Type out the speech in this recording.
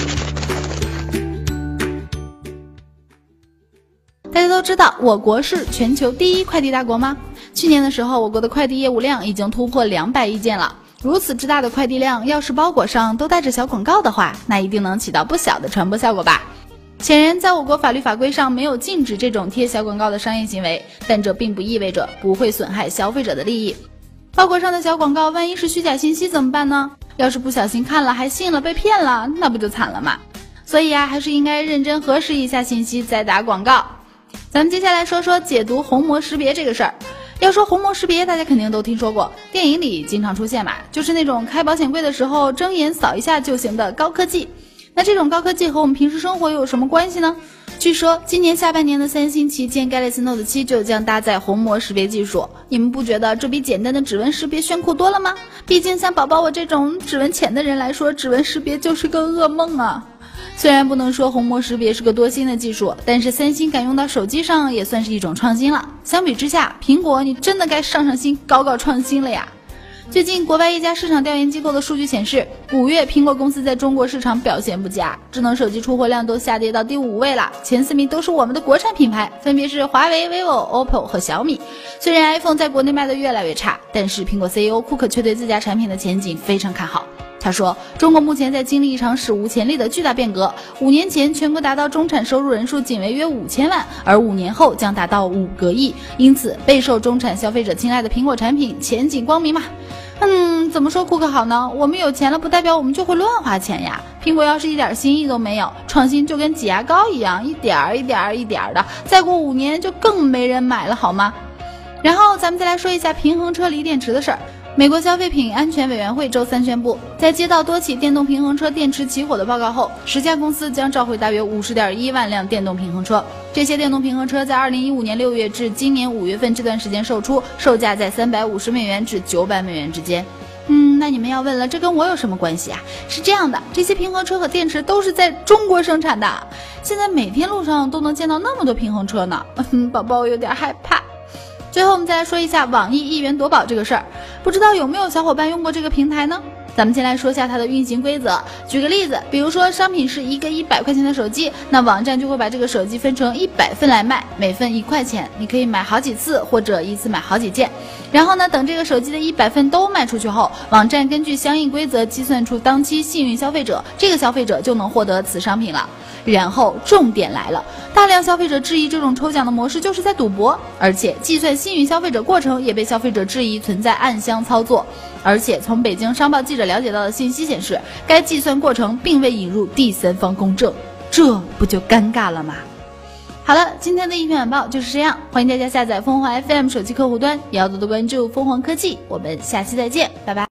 大家都知道我国是全球第一快递大国吗？去年的时候，我国的快递业务量已经突破200亿件了。如此之大的快递量，要是包裹上都带着小广告的话，那一定能起到不小的传播效果吧。显然，在我国法律法规上没有禁止这种贴小广告的商业行为，但这并不意味着不会损害消费者的利益。包裹上的小广告万一是虚假信息怎么办呢？要是不小心看了还信了被骗了，那不就惨了吗？所以还是应该认真核实一下信息再打广告。咱们接下来说说解读虹膜识别这个事儿。要说虹膜识别，大家肯定都听说过，电影里经常出现嘛，就是那种开保险柜的时候睁眼扫一下就行的高科技。那这种高科技和我们平时生活又有什么关系呢？据说今年下半年的三星旗舰 Galaxy Note 7就将搭载虹膜识别技术，你们不觉得这比简单的指纹识别炫酷多了吗？毕竟像宝宝我这种指纹浅的人来说，指纹识别就是个噩梦啊。虽然不能说虹膜识别是个多新的技术，但是三星敢用到手机上也算是一种创新了。相比之下，苹果你真的该上心搞创新了呀。最近国外一家市场调研机构的数据显示，5月苹果公司在中国市场表现不佳，智能手机出货量都下跌到第5位了，前4名都是我们的国产品牌，分别是华为、vivo、OPPO 和小米。虽然 iPhone 在国内卖得越来越差，但是苹果 CEO 库克却对自家产品的前景非常看好。他说，中国目前在经历一场史无前例的巨大变革，5年前全国达到中产收入人数仅为约5000万，而5年后将达到5个亿，因此备受中产消费者青睐的苹果产品前景光明嘛。怎么说库克好呢？我们有钱了不代表我们就会乱花钱呀。苹果要是一点新意都没有，创新就跟挤牙膏一样，一点儿的，再过5年就更没人买了好吗？然后咱们再来说一下平衡车锂电池的事儿。美国消费品安全委员会周3宣布，在接到多起电动平衡车电池起火的报告后，10家公司将召回大约50.1万辆电动平衡车。这些电动平衡车在2015年6月至今年5月份这段时间售出，售价在$350至$900之间。那你们要问了，这跟我有什么关系啊？是这样的，这些平衡车和电池都是在中国生产的。现在每天路上都能见到那么多平衡车呢，宝宝有点害怕。最后我们再来说一下网易一元夺宝这个事儿，不知道有没有小伙伴用过这个平台呢？咱们先来说下它的运行规则。举个例子，比如说商品是一个100块钱的手机，那网站就会把这个手机分成100份来卖，每份1块钱，你可以买好几次或者一次买好几件。然后呢，等这个手机的100份都卖出去后，网站根据相应规则计算出当期幸运消费者，这个消费者就能获得此商品了。然后重点来了，大量消费者质疑这种抽奖的模式就是在赌博，而且计算幸运消费者过程也被消费者质疑存在暗箱操作。而且从北京商报记者了解到的信息显示，该计算过程并未引入第三方公证，这不就尴尬了吗？好了，今天的一篇晚报就是这样，欢迎大家下载凤凰 FM 手机客户端，也要多多关注凤凰科技，我们下期再见，拜拜。